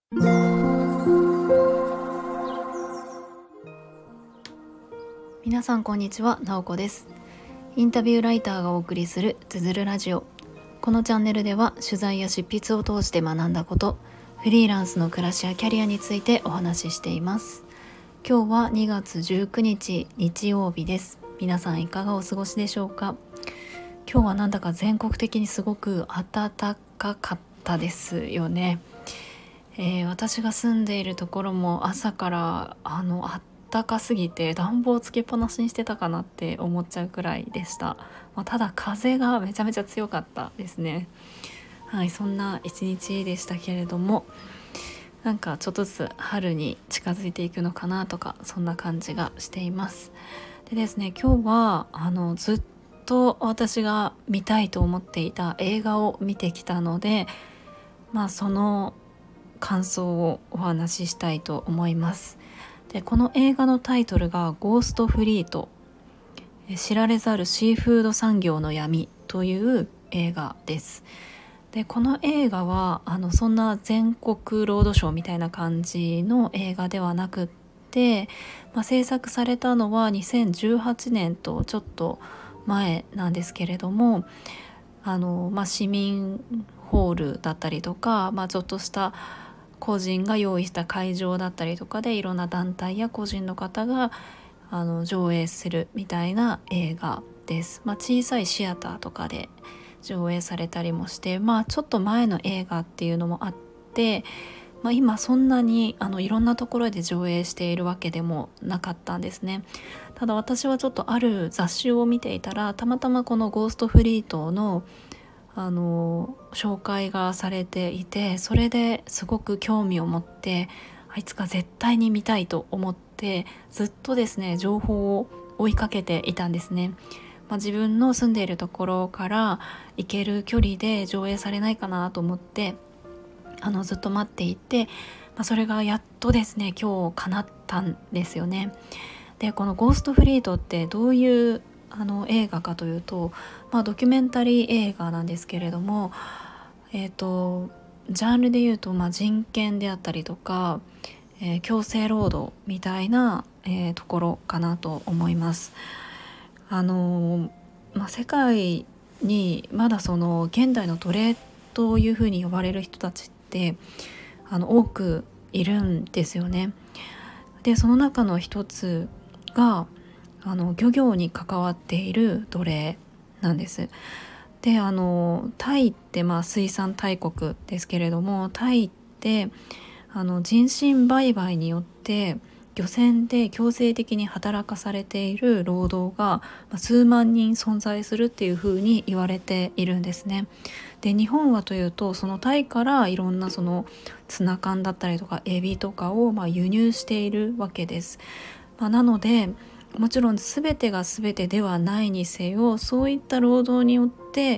皆さんこんにちは、なおこです。インタビューライターがお送りするつづるラジオ。このチャンネルでは取材や執筆を通して学んだこと、フリーランスの暮らしやキャリアについてお話ししています。今日は2月19日日曜日です。皆さんいかがお過ごしでしょうか。今日はなんだか全国的にすごく暖かかったですよね。私が住んでいるところも朝から暖かすぎて暖房つけっぱなしにしてたかなって思っちゃうくらいでした。ただ風がめちゃめちゃ強かったですね。はい、そんな一日でしたけれども、なんかちょっとずつ春に近づいていくのかなとか、そんな感じがしています。でですね、今日はずっと私が見たいと思っていた映画を見てきたので、その感想をお話ししたいと思います。で、この映画のタイトルがゴーストフリート、知られざるシーフード産業の闇という映画です。で、この映画はそんな全国ロードショーみたいな感じの映画ではなくって、制作されたのは2018年とちょっと前なんですけれども、市民ホールだったりとか、ちょっとした個人が用意した会場だったりとかで、いろんな団体や個人の方が上映するみたいな映画です。小さいシアターとかで上映されたりもして、ちょっと前の映画っていうのもあって、今そんなにいろんなところで上映しているわけでもなかったんですね。ただ私はちょっとある雑誌を見ていたら、たまたまこのゴーストフリートの紹介がされていて、それですごく興味を持って、いつか絶対に見たいと思ってずっとですね、情報を追いかけていたんですね。自分の住んでいるところから行ける距離で上映されないかなと思ってずっと待っていて、それがやっとですね、今日叶ったんですよね。で、このゴーストフリートってどういう映画かというと、ドキュメンタリー映画なんですけれども、ジャンルで言うと、人権であったりとか、強制労働みたいな、ところかなと思います。世界にまだその現代の奴隷というふうに呼ばれる人たちって多くいるんですよね。で、その中の一つが漁業に関わっている奴隷なんです。で、タイって水産大国ですけれども、タイって人身売買によって漁船で強制的に働かされている労働が数万人存在するっていうふうに言われているんですね。で、日本はというと、そのタイからいろんなそのツナ缶だったりとかエビとかを輸入しているわけです。なのでもちろん全てが全てではないにせよ、そういった労働によって、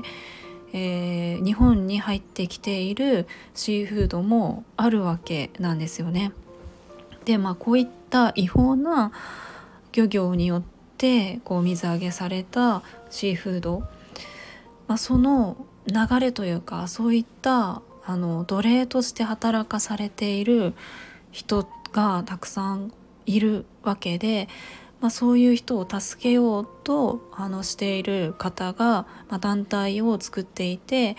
日本に入ってきているシーフードもあるわけなんですよね。で、こういった違法な漁業によって水揚げされたシーフード、その流れというか、そういった奴隷として働かされている人がたくさんいるわけで、そういう人を助けようとしている方が、団体を作っていて、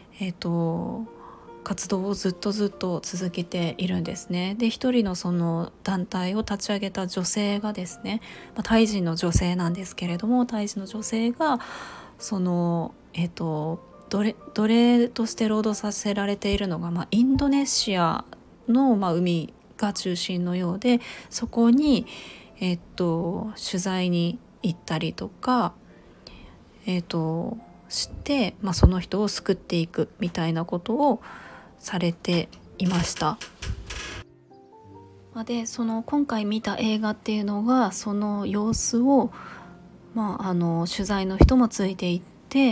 活動をずっと続けているんですね。で、一人のその団体を立ち上げた女性がですね、タイ人の女性なんですけれども、タイ人の女性がその奴隷として労働させられているのが、インドネシアの、海が中心のようで、そこに、取材に行ったりとか、して、その人を救っていくみたいなことをされていました。で、その今回見た映画っていうのが、その様子を、取材の人もついていって、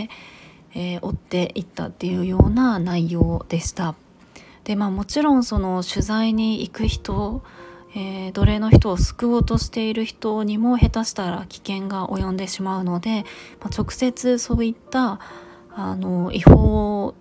追っていったっていうような内容でした。で、もちろんその取材に行く人、奴隷の人を救おうとしている人にも下手したら危険が及んでしまうので、直接そういった違法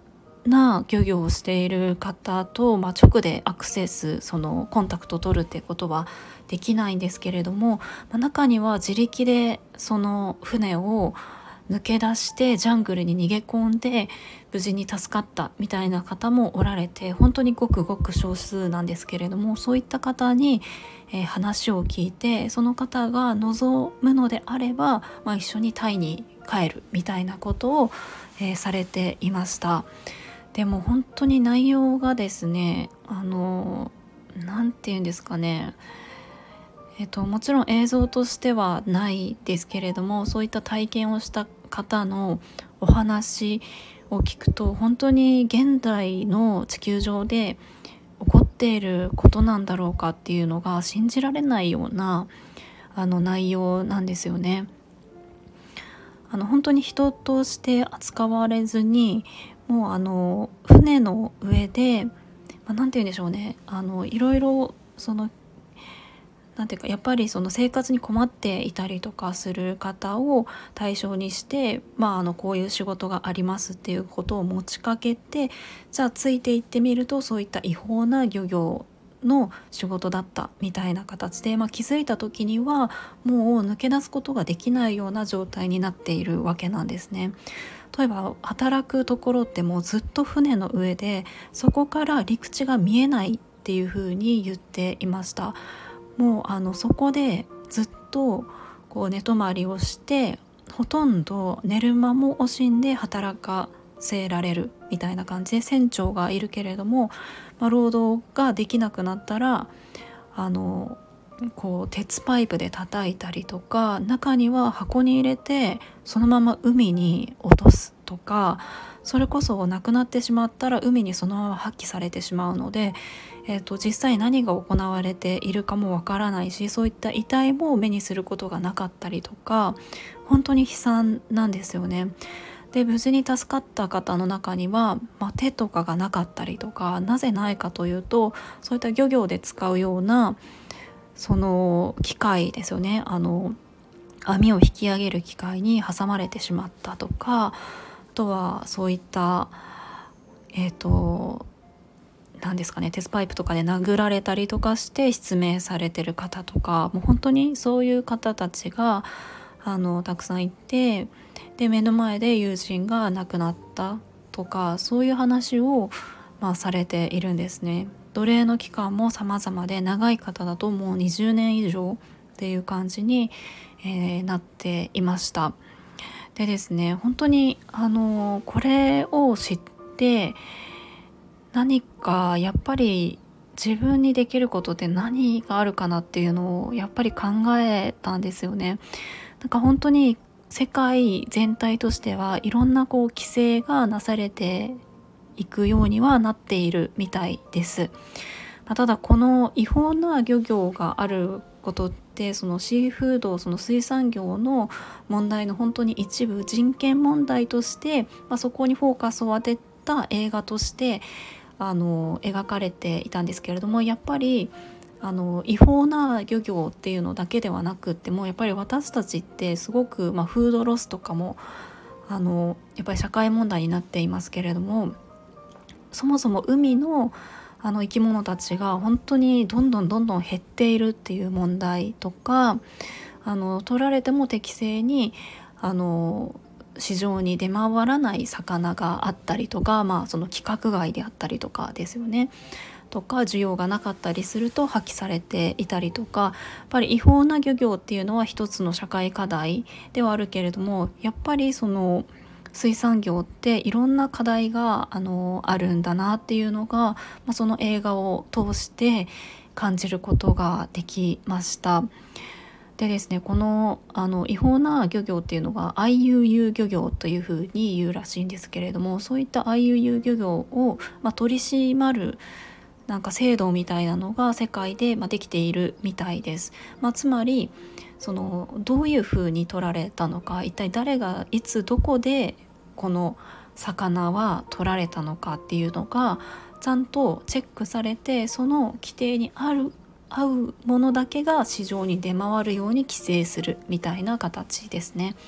な漁業をしている方と、直でアクセス、そのコンタクトを取るってことはできないんですけれども、中には自力でその船を抜け出してジャングルに逃げ込んで無事に助かったみたいな方もおられて、本当にごくごく少数なんですけれども、そういった方に、話を聞いて、その方が望むのであれば、一緒にタイに帰るみたいなことを、されていました。でも本当に内容がですね、なんていうんですかね、もちろん映像としてはないですけれども、そういった体験をした方のお話を聞くと、本当に現代の地球上で起こっていることなんだろうかっていうのが信じられないような内容なんですよね。本当に人として扱われずに、もう船の上で、なんて言うんでしょうね、いろいろなんていうか、やっぱりその生活に困っていたりとかする方を対象にして、こういう仕事がありますっていうことを持ちかけて、じゃあついていってみると、そういった違法な漁業の仕事だったみたいな形で、気づいた時にはもう抜け出すことができないような状態になっているわけなんですね。例えば働くところってもうずっと船の上で、そこから陸地が見えないっていうふうに言っていました。もうそこでずっとこう寝泊まりをして、ほとんど寝る間も惜しんで働かせられるみたいな感じで、船長がいるけれども、労働ができなくなったらこう鉄パイプで叩いたりとか、中には箱に入れてそのまま海に落とすとか、それこそ亡くなってしまったら海にそのまま破棄されてしまうので、実際何が行われているかもわからないし、そういった遺体も目にすることがなかったりとか、本当に悲惨なんですよね。で、無事に助かった方の中には、手とかがなかったりとか、なぜないかというと、そういった漁業で使うようなその機械ですよね、網を引き上げる機械に挟まれてしまったとか、あとはそういった何ですかね、鉄パイプとかで殴られたりとかして失明されてる方とか、もう本当にそういう方たちがたくさんいて、で目の前で友人が亡くなったとか、そういう話をされているんですね。奴隷の期間も様々で、長い方だともう20年以上っていう感じに、なっていました。でですね、本当にこれを知って、何かやっぱり自分にできることって何があるかなっていうのをやっぱり考えたんですよね。なんか本当に世界全体としてはいろんな規制がなされていくようにはなっているみたいです。ただこの違法な漁業があることって、そのシーフード、その水産業の問題の本当に一部、人権問題として、そこにフォーカスを当てた映画として描かれていたんですけれども、やっぱり違法な漁業っていうのだけではなくっても、やっぱり私たちってすごく、フードロスとかもやっぱり社会問題になっていますけれども、そもそも海の生き物たちが本当にどんどん減っているっていう問題とか、取られても適正に市場に出回らない魚があったりとか、その規格外であったりとかですよね。とか需要がなかったりすると破棄されていたりとか、やっぱり違法な漁業っていうのは一つの社会課題ではあるけれども、やっぱりその水産業っていろんな課題があるんだなっていうのが、その映画を通して感じることができました。でですね、この違法な漁業っていうのが IUU 漁業というふうに言うらしいんですけれども、そういった IUU 漁業を、取り締まるなんか制度みたいなのが世界で、できているみたいです。つまりそのどういうふうに取られたのか、一体誰がいつどこでこの魚は取られたのかっていうのがちゃんとチェックされて、その規定に合うものだけが市場に出回るように規制するみたいな形ですね。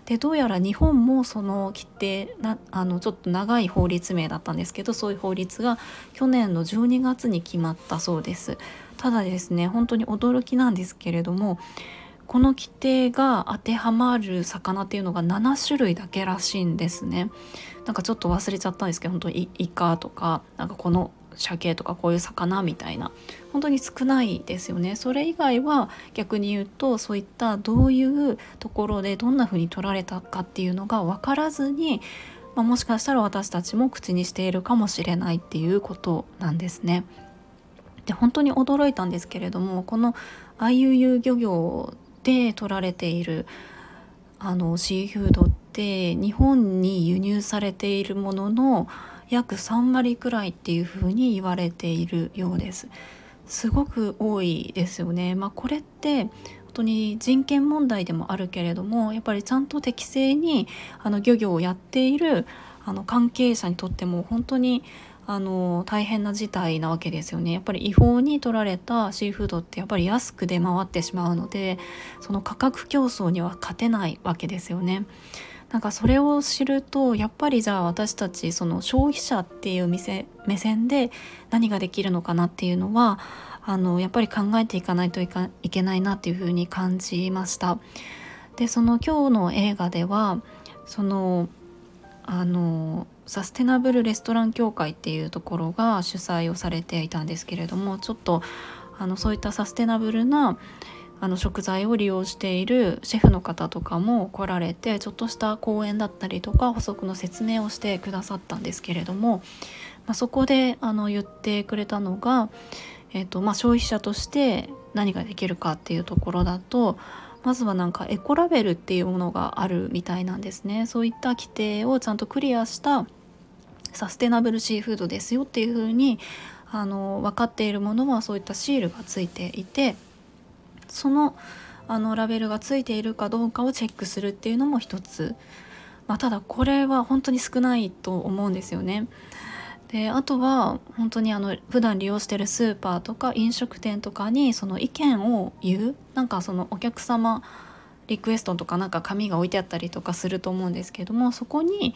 でどうやら日本もその規定ちょっと長い法律名だったんですけど、そういう法律が去年の12月に決まったそうです。ただですね、本当に驚きなんですけれども、この規定が当てはまる魚っていうのが7種類だけらしいんですね。なんかちょっと忘れちゃったんですけど、本当にイカとか、なんかこの鮭とかこういう魚みたいな、本当に少ないですよね。それ以外は逆に言うと、そういったどういうところでどんな風に取られたかっていうのが分からずに、もしかしたら私たちも口にしているかもしれないっていうことなんですね。で本当に驚いたんですけれども、このアイユユ漁業で取られているシーフードって日本に輸入されているものの約3割くらいっていうふうに言われているようです。すごく多いですよね。これって本当に人権問題でもあるけれども、やっぱりちゃんと適正に漁業をやっている関係者にとっても本当に大変な事態なわけですよね。やっぱり違法に取られたシーフードってやっぱり安く出回ってしまうので、その価格競争には勝てないわけですよね。なんかそれを知ると、やっぱりじゃあ私たちその消費者っていう目線で何ができるのかなっていうのはやっぱり考えていかないといけないなっていうふうに感じました。でその今日の映画ではそのサステナブルレストラン協会っていうところが主催をされていたんですけれども、ちょっとそういったサステナブルな食材を利用しているシェフの方とかも来られて、ちょっとした講演だったりとか補足の説明をしてくださったんですけれども、そこで言ってくれたのが、消費者として何ができるかっていうところだと、まずはなんかエコラベルっていうものがあるみたいなんですね。そういった規定をちゃんとクリアしたサステナブルシーフードですよっていう風に分かっているものはそういったシールがついていて、そのラベルがついているかどうかをチェックするっていうのも一つ、ただこれは本当に少ないと思うんですよね。であとは本当に普段利用しているスーパーとか飲食店とかにその意見を言う、なんかそのお客様リクエストとかなんか紙が置いてあったりとかすると思うんですけども、そこに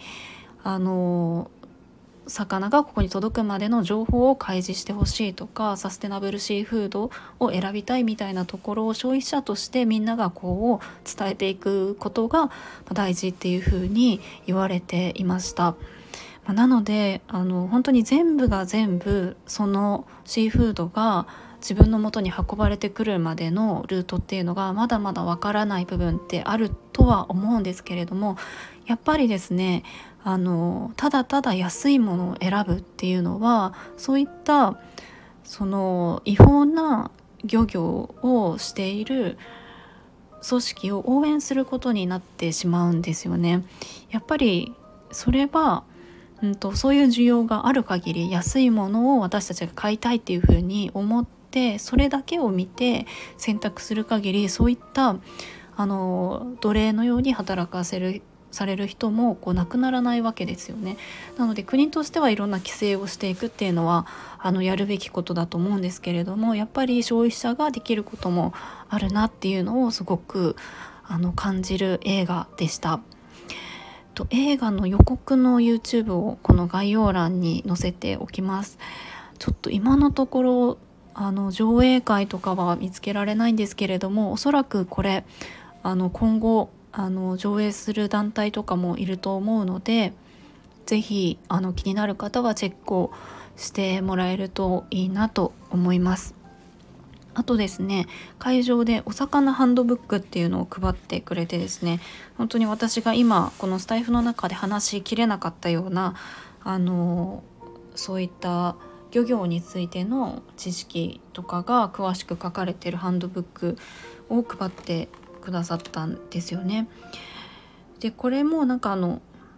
魚がここに届くまでの情報を開示してほしいとか、サステナブルシーフードを選びたいみたいなところを消費者としてみんながこう伝えていくことが大事っていうふうに言われていました。なので本当に全部が全部そのシーフードが自分の元に運ばれてくるまでのルートっていうのがまだまだわからない部分ってあるとは思うんですけれども、やっぱりですねただただ安いものを選ぶっていうのは、そういったその違法な漁業をしている組織を応援することになってしまうんですよね。やっぱりそれはそういう需要がある限り安いものを私たちが買いたいっていうふうに思って、それだけを見て選択する限り、そういった奴隷のように働かせるされる人もなくならないわけですよね。なので国としてはいろんな規制をしていくっていうのはやるべきことだと思うんですけれども、やっぱり消費者ができることもあるなっていうのをすごく感じる映画でした。映画の予告の YouTube をこの概要欄に載せておきます。ちょっと今のところ上映会とかは見つけられないんですけれども、おそらくこれ今後上映する団体とかもいると思うので、ぜひ気になる方はチェックをしてもらえるといいなと思います。あとですね、会場でお魚ハンドブックっていうのを配ってくれてですね、本当に私が今このスタイフの中で話しきれなかったようなそういった漁業についての知識とかが詳しく書かれているハンドブックを配ってくださったんですよね。でこれもなんか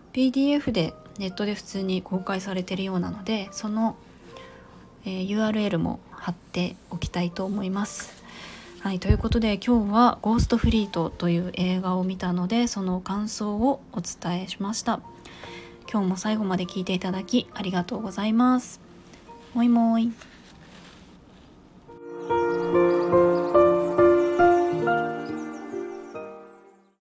PDF でネットで普通に公開されているようなので、その、URL も貼っておきたいと思います。はい、ということで今日はゴーストフリートという映画を見たので、その感想をお伝えしました。今日も最後まで聞いていただきありがとうございます。もいもい。